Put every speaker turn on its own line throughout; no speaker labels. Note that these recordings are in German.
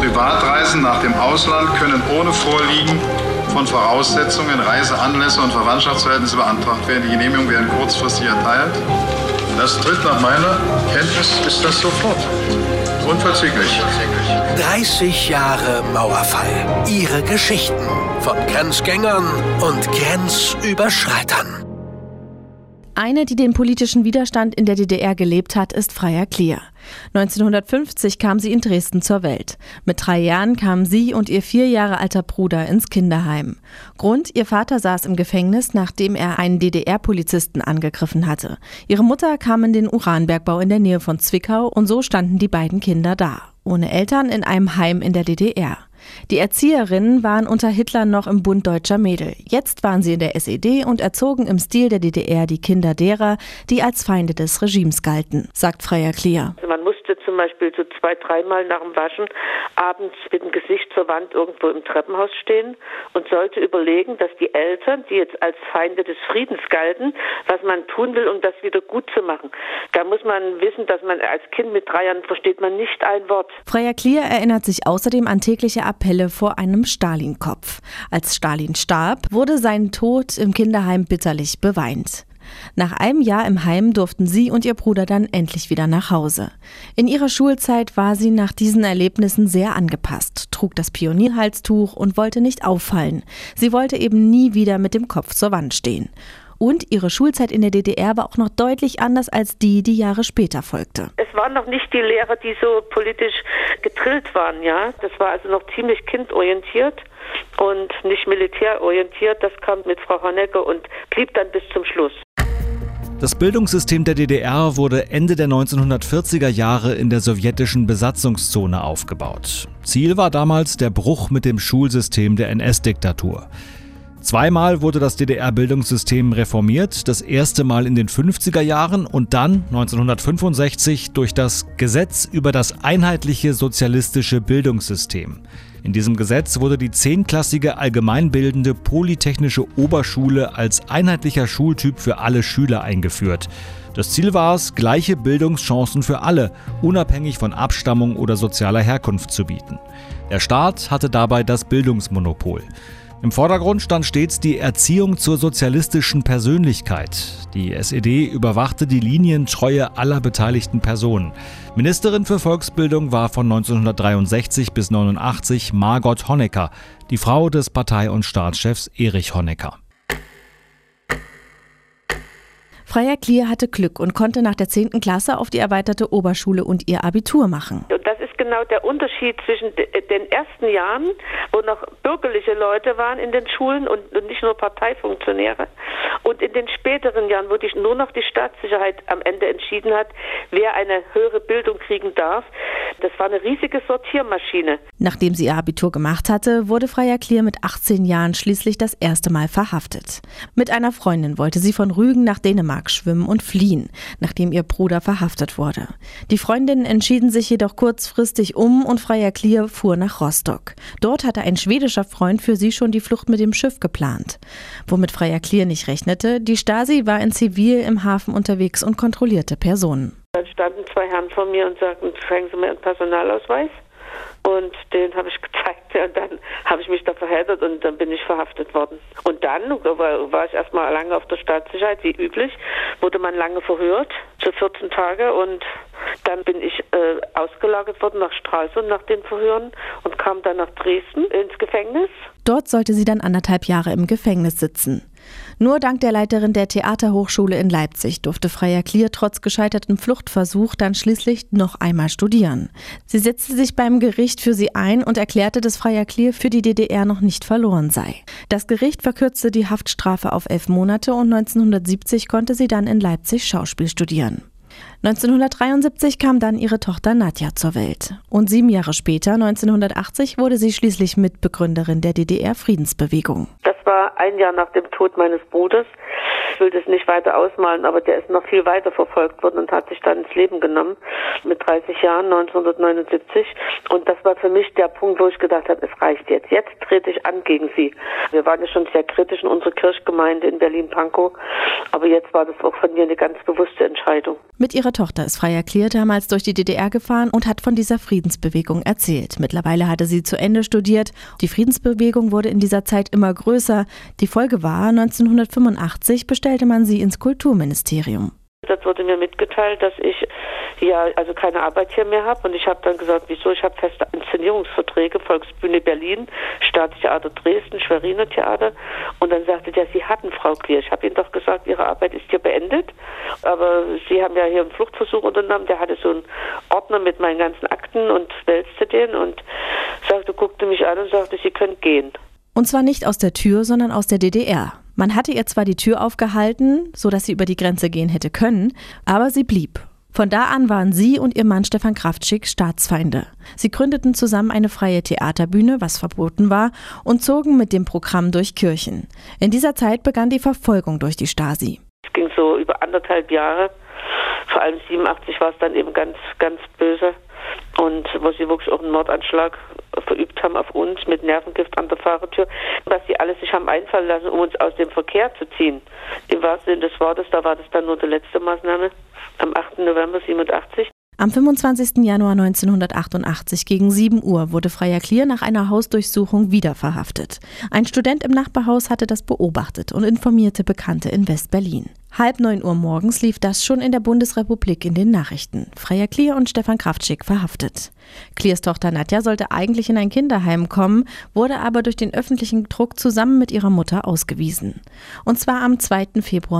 Privatreisen nach dem Ausland können ohne Vorliegen von Voraussetzungen, Reiseanlässe und Verwandtschaftsverhältnisse beantragt werden. Die Genehmigung werden kurzfristig erteilt. Das tritt nach meiner Kenntnis, ist das sofort. Unverzüglich.
30 Jahre Mauerfall. Ihre Geschichten von Grenzgängern und Grenzüberschreitern.
Eine, die den politischen Widerstand in der DDR gelebt hat, ist Freya Klier. 1950 kam sie in Dresden zur Welt. Mit 3 Jahren kamen sie und ihr 4 Jahre alter Bruder ins Kinderheim. Grund: ihr Vater saß im Gefängnis, nachdem er einen DDR-Polizisten angegriffen hatte. Ihre Mutter kam in den Uranbergbau in der Nähe von Zwickau und so standen die beiden Kinder da. Ohne Eltern in einem Heim in der DDR. Die Erzieherinnen waren unter Hitler noch im Bund deutscher Mädel. Jetzt waren sie in der SED und erzogen im Stil der DDR die Kinder derer, die als Feinde des Regimes galten, sagt Freya Klier.
Also man musste zum Beispiel so 2-3 Mal nach dem Waschen abends mit dem Gesicht zur Wand irgendwo im Treppenhaus stehen und sollte überlegen, dass die Eltern, die jetzt als Feinde des Friedens galten, was man tun will, um das wieder gut zu machen. Da muss man wissen, dass man als Kind mit 3 Jahren versteht man nicht ein Wort.
Freya Klier erinnert sich außerdem an tägliche Appelle vor einem Stalin-Kopf. Als Stalin starb, wurde sein Tod im Kinderheim bitterlich beweint. Nach einem Jahr im Heim durften sie und ihr Bruder dann endlich wieder nach Hause. In ihrer Schulzeit war sie nach diesen Erlebnissen sehr angepasst, trug das Pionierhalstuch und wollte nicht auffallen. Sie wollte eben nie wieder mit dem Kopf zur Wand stehen. Und ihre Schulzeit in der DDR war auch noch deutlich anders als die Jahre später folgte.
Es waren noch nicht die Lehrer, die so politisch gedrillt waren, ja. Das war also noch ziemlich kindorientiert und nicht militärorientiert. Das kam mit Frau Honecker und blieb dann bis zum Schluss.
Das Bildungssystem der DDR wurde Ende der 1940er Jahre in der sowjetischen Besatzungszone aufgebaut. Ziel war damals der Bruch mit dem Schulsystem der NS-Diktatur. 2-mal wurde das DDR-Bildungssystem reformiert, das erste Mal in den 50er Jahren und dann 1965 durch das Gesetz über das einheitliche sozialistische Bildungssystem. In diesem Gesetz wurde die 10-klassige allgemeinbildende polytechnische Oberschule als einheitlicher Schultyp für alle Schüler eingeführt. Das Ziel war es, gleiche Bildungschancen für alle, unabhängig von Abstammung oder sozialer Herkunft zu bieten. Der Staat hatte dabei das Bildungsmonopol. Im Vordergrund stand stets die Erziehung zur sozialistischen Persönlichkeit. Die SED überwachte die Linientreue aller beteiligten Personen. Ministerin für Volksbildung war von 1963 bis 1989 Margot Honecker, die Frau des Partei- und Staatschefs Erich Honecker.
Freya Klier hatte Glück und konnte nach der 10. Klasse auf die erweiterte Oberschule und ihr Abitur machen.
Und das ist genau der Unterschied zwischen den ersten Jahren, wo noch bürgerliche Leute waren in den Schulen und nicht nur Parteifunktionäre, und in den späteren Jahren, wo nur noch die Staatssicherheit am Ende entschieden hat, wer eine höhere Bildung kriegen darf. Das war eine riesige Sortiermaschine.
Nachdem sie ihr Abitur gemacht hatte, wurde Freya Klier mit 18 Jahren schließlich das erste Mal verhaftet. Mit einer Freundin wollte sie von Rügen nach Dänemark schwimmen und fliehen, nachdem ihr Bruder verhaftet wurde. Die Freundinnen entschieden sich jedoch kurzfristig um und Freya Klier fuhr nach Rostock. Dort hatte ein schwedischer Freund für sie schon die Flucht mit dem Schiff geplant. Womit Freya Klier nicht rechnete, die Stasi war in Zivil im Hafen unterwegs und kontrollierte Personen.
Dann standen 2 Herren vor mir und sagten, zeigen Sie mir Ihren Personalausweis. Und den habe ich gezeigt, und dann habe ich mich da verheddert und dann bin ich verhaftet worden. Und dann war ich erstmal lange auf der Staatssicherheit, wie üblich, wurde man lange verhört, für 14 Tage, und dann bin ich ausgelagert worden nach Stralsund nach den Verhören und kam dann nach Dresden ins Gefängnis.
Dort sollte sie dann 1,5 Jahre im Gefängnis sitzen. Nur dank der Leiterin der Theaterhochschule in Leipzig durfte Freya Klier trotz gescheitertem Fluchtversuch dann schließlich noch einmal studieren. Sie setzte sich beim Gericht für sie ein und erklärte, dass Freya Klier für die DDR noch nicht verloren sei. Das Gericht verkürzte die Haftstrafe auf 11 Monate und 1970 konnte sie dann in Leipzig Schauspiel studieren. 1973 kam dann ihre Tochter Nadja zur Welt. Und 7 Jahre später, 1980, wurde sie schließlich Mitbegründerin der DDR-Friedensbewegung.
Das war ein Jahr nach dem Tod meines Bruders. Ich will das nicht weiter ausmalen, aber der ist noch viel weiter verfolgt worden und hat sich dann ins Leben genommen mit 30 Jahren, 1979. Und das war für mich der Punkt, wo ich gedacht habe, es reicht jetzt. Jetzt trete ich an gegen sie. Wir waren ja schon sehr kritisch in unserer Kirchgemeinde in Berlin-Pankow, aber jetzt war das auch von mir eine ganz bewusste Entscheidung.
Mit ihrer Tochter ist Freya Klier damals durch die DDR gefahren und hat von dieser Friedensbewegung erzählt. Mittlerweile hatte sie zu Ende studiert. Die Friedensbewegung wurde in dieser Zeit immer größer. Die Folge war, 1985 bestellte man sie ins Kulturministerium.
Das wurde mir mitgeteilt, dass ich also keine Arbeit hier mehr habe. Und ich habe dann gesagt, wieso? Ich habe feste Inszenierungsverträge, Volksbühne Berlin, Staatstheater Dresden, Schweriner Theater. Und dann sagte der, Sie hatten, Frau Klier. Ich habe Ihnen doch gesagt, Ihre Arbeit ist hier beendet. Aber Sie haben ja hier einen Fluchtversuch unternommen. Der hatte so einen Ordner mit meinen ganzen Akten und wälzte den und guckte mich an und sagte, Sie können gehen.
Und zwar nicht aus der Tür, sondern aus der DDR. Man hatte ihr zwar die Tür aufgehalten, sodass sie über die Grenze gehen hätte können, aber sie blieb. Von da an waren sie und ihr Mann Stefan Kraftschick Staatsfeinde. Sie gründeten zusammen eine freie Theaterbühne, was verboten war, und zogen mit dem Programm durch Kirchen. In dieser Zeit begann die Verfolgung durch die Stasi.
Es ging so über 1,5 Jahre. Vor allem 87 war es dann eben ganz, ganz böse. Und wo sie wirklich auch einen Mordanschlag verübt haben auf uns mit Nervengift an der Fahrertür, was sie alles sich haben einfallen lassen, um uns aus dem Verkehr zu ziehen. Im wahrsten Sinne des Wortes, da war das dann nur die letzte Maßnahme, am 8. November 87.
Am 25. Januar 1988 gegen 7 Uhr wurde Freya Klier nach einer Hausdurchsuchung wieder verhaftet. Ein Student im Nachbarhaus hatte das beobachtet und informierte Bekannte in West-Berlin. 8:30 Uhr morgens lief das schon in der Bundesrepublik in den Nachrichten. Freya Klier und Stefan Kraftschick verhaftet. Kliers Tochter Nadja sollte eigentlich in ein Kinderheim kommen, wurde aber durch den öffentlichen Druck zusammen mit ihrer Mutter ausgewiesen. Und zwar am 2. Februar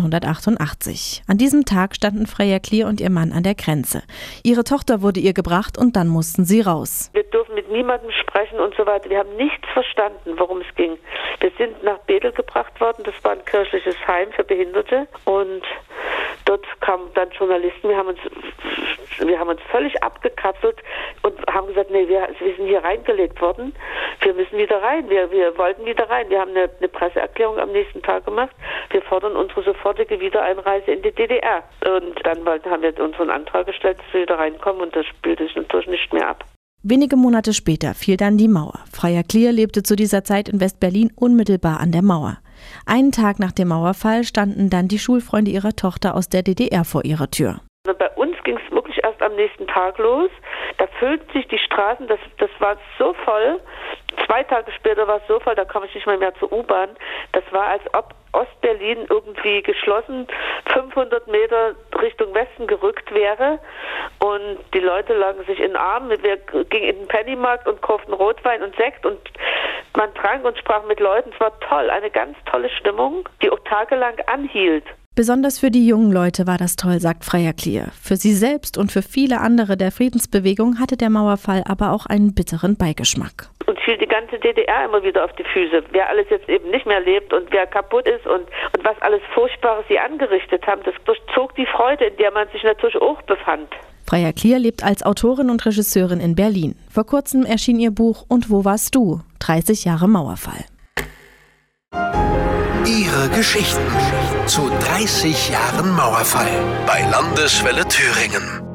1988. An diesem Tag standen Freya Klier und ihr Mann an der Grenze. Ihre Tochter wurde ihr gebracht und dann mussten sie raus.
Wir durften mit niemandem sprechen und so weiter. Wir haben nichts verstanden, worum es ging. Wir sind nach Bethel gebracht worden. Das war ein kirchliches Heim für Behinderte. Und dort kamen dann Journalisten. Wir haben uns völlig abgekapselt und haben gesagt, nee, wir sind hier reingelegt worden. Wir müssen wieder rein. Wir wollten wieder rein. Wir haben eine Presseerklärung am nächsten Tag gemacht. Wir fordern unsere sofortige Wiedereinreise in die DDR. Und dann haben wir unseren Antrag gestellt, dass wir wieder reinkommen, und das spielte sich natürlich nicht mehr ab.
Wenige Monate später fiel dann die Mauer. Freya Klier lebte zu dieser Zeit in West-Berlin unmittelbar an der Mauer. Einen Tag nach dem Mauerfall standen dann die Schulfreunde ihrer Tochter aus der DDR vor ihrer Tür.
Bei uns ging es wirklich erst am nächsten Tag los. Da füllten sich die Straßen, das war so voll. 2 Tage später war es so voll, da kam ich nicht mehr zur U-Bahn. Das war, als ob Ostberlin irgendwie geschlossen 500 Meter Richtung Westen gerückt wäre. Und die Leute lagen sich in den Armen. Wir gingen in den Pennymarkt und kauften Rotwein und Sekt und man trank und sprach mit Leuten. Es war toll, eine ganz tolle Stimmung, die auch tagelang anhielt.
Besonders für die jungen Leute war das toll, sagt Freya Klier. Für sie selbst und für viele andere der Friedensbewegung hatte der Mauerfall aber auch einen bitteren Beigeschmack.
Und fiel die ganze DDR immer wieder auf die Füße. Wer alles jetzt eben nicht mehr lebt und wer kaputt ist und was alles Furchtbares sie angerichtet haben, das durchzog die Freude, in der man sich natürlich auch befand.
Freya Klier lebt als Autorin und Regisseurin in Berlin. Vor kurzem erschien ihr Buch Und wo warst du? 30 Jahre Mauerfall.
Ihre Geschichten zu 30 Jahren Mauerfall bei Landeswelle Thüringen.